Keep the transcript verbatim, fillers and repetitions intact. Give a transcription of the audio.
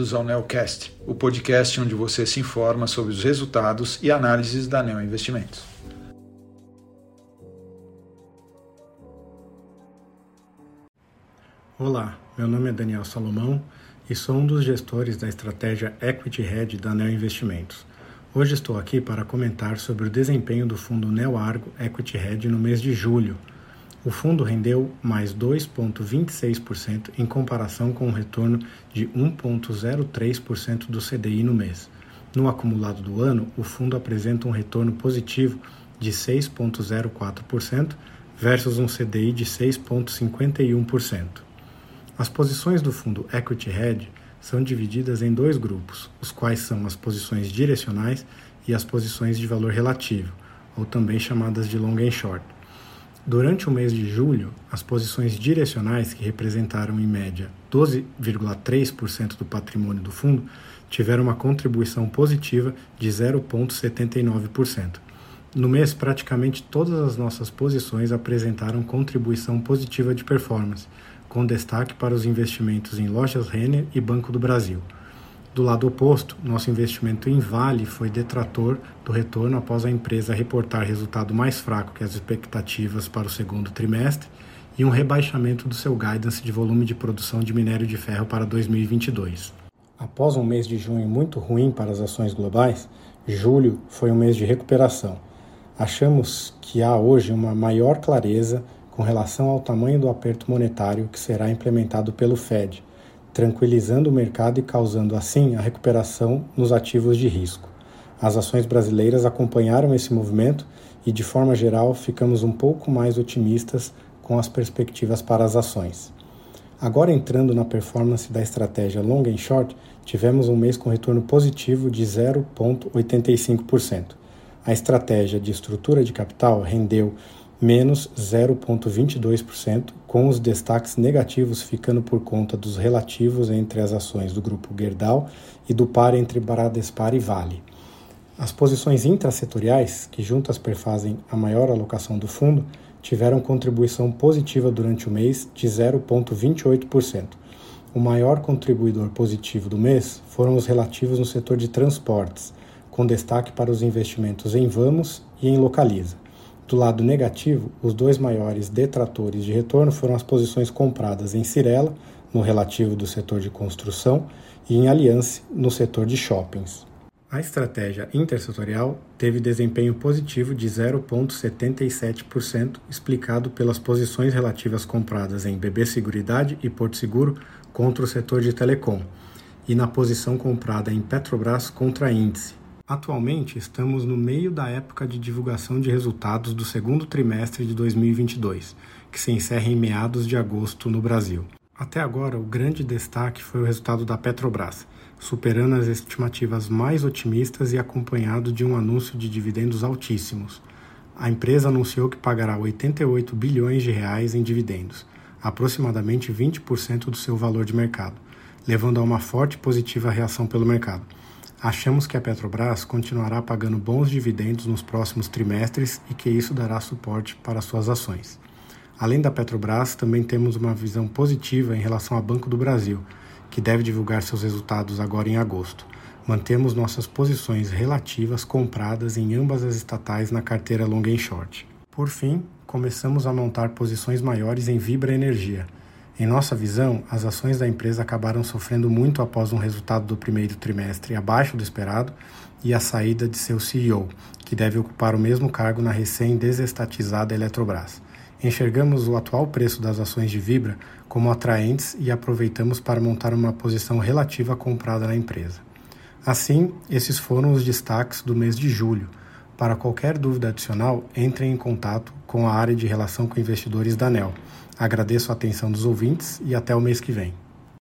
bem-vindos ao NeoCast, o podcast onde você se informa sobre os resultados e análises da Neo Investimentos. Olá, meu nome é Daniel Salomão e sou um dos gestores da estratégia Equity Hedge da Neo Investimentos. Hoje estou aqui para comentar sobre o desempenho do fundo NeoArgo Equity Hedge no mês de julho. O fundo rendeu mais dois vírgula vinte e seis por cento em comparação com um retorno de um vírgula zero três por cento do C D I no mês. No acumulado do ano, o fundo apresenta um retorno positivo de seis vírgula zero quatro por cento versus um C D I de seis vírgula cinquenta e um por cento. As posições do fundo Equity Hedge são divididas em dois grupos, os quais são as posições direcionais e as posições de valor relativo, ou também chamadas de long and short. Durante o mês de julho, as posições direcionais, que representaram em média doze vírgula três por cento do patrimônio do fundo, tiveram uma contribuição positiva de zero vírgula setenta e nove por cento. No mês, praticamente todas as nossas posições apresentaram contribuição positiva de performance, com destaque para os investimentos em Lojas Renner e Banco do Brasil. Do lado oposto, nosso investimento em Vale foi detrator do retorno após a empresa reportar resultado mais fraco que as expectativas para o segundo trimestre e um rebaixamento do seu guidance de volume de produção de minério de ferro para dois mil e vinte e dois. Após um mês de junho muito ruim para as ações globais, julho foi um mês de recuperação. Achamos que há hoje uma maior clareza com relação ao tamanho do aperto monetário que será implementado pelo Fed, tranquilizando o mercado e causando, assim, a recuperação nos ativos de risco. As ações brasileiras acompanharam esse movimento e, de forma geral, ficamos um pouco mais otimistas com as perspectivas para as ações. Agora, entrando na performance da estratégia Long and Short, tivemos um mês com retorno positivo de zero vírgula oitenta e cinco por cento. A estratégia de estrutura de capital rendeu menos zero vírgula vinte e dois por cento, com os destaques negativos ficando por conta dos relativos entre as ações do grupo Gerdau e do par entre Bradespar e Vale. As posições intrasetoriais, que juntas perfazem a maior alocação do fundo, tiveram contribuição positiva durante o mês de zero vírgula vinte e oito por cento. O maior contribuidor positivo do mês foram os relativos no setor de transportes, com destaque para os investimentos em Vamos e em Localiza. Do lado negativo, os dois maiores detratores de retorno foram as posições compradas em Cyrela, no relativo do setor de construção, e em Allianz, no setor de shoppings. A estratégia intersetorial teve desempenho positivo de zero vírgula setenta e sete por cento, explicado pelas posições relativas compradas em B B Seguridade e Porto Seguro contra o setor de telecom, e na posição comprada em Petrobras contra índice. Atualmente, estamos no meio da época de divulgação de resultados do segundo trimestre de dois mil e vinte e dois, que se encerra em meados de agosto no Brasil. Até agora, o grande destaque foi o resultado da Petrobras, superando as estimativas mais otimistas e acompanhado de um anúncio de dividendos altíssimos. A empresa anunciou que pagará oitenta e oito bilhões de reais em dividendos, aproximadamente vinte por cento do seu valor de mercado, levando a uma forte e positiva reação pelo mercado. Achamos que a Petrobras continuará pagando bons dividendos nos próximos trimestres e que isso dará suporte para suas ações. Além da Petrobras, também temos uma visão positiva em relação ao Banco do Brasil, que deve divulgar seus resultados agora em agosto. Mantemos nossas posições relativas compradas em ambas as estatais na carteira Long and Short. Por fim, começamos a montar posições maiores em Vibra Energia. Em nossa visão, as ações da empresa acabaram sofrendo muito após um resultado do primeiro trimestre abaixo do esperado e a saída de seu C E O, que deve ocupar o mesmo cargo na recém-desestatizada Eletrobras. Enxergamos o atual preço das ações de Vibra como atraentes e aproveitamos para montar uma posição relativa comprada na empresa. Assim, esses foram os destaques do mês de julho. Para qualquer dúvida adicional, entrem em contato com a área de relação com investidores da Neo. Agradeço a atenção dos ouvintes e até o mês que vem.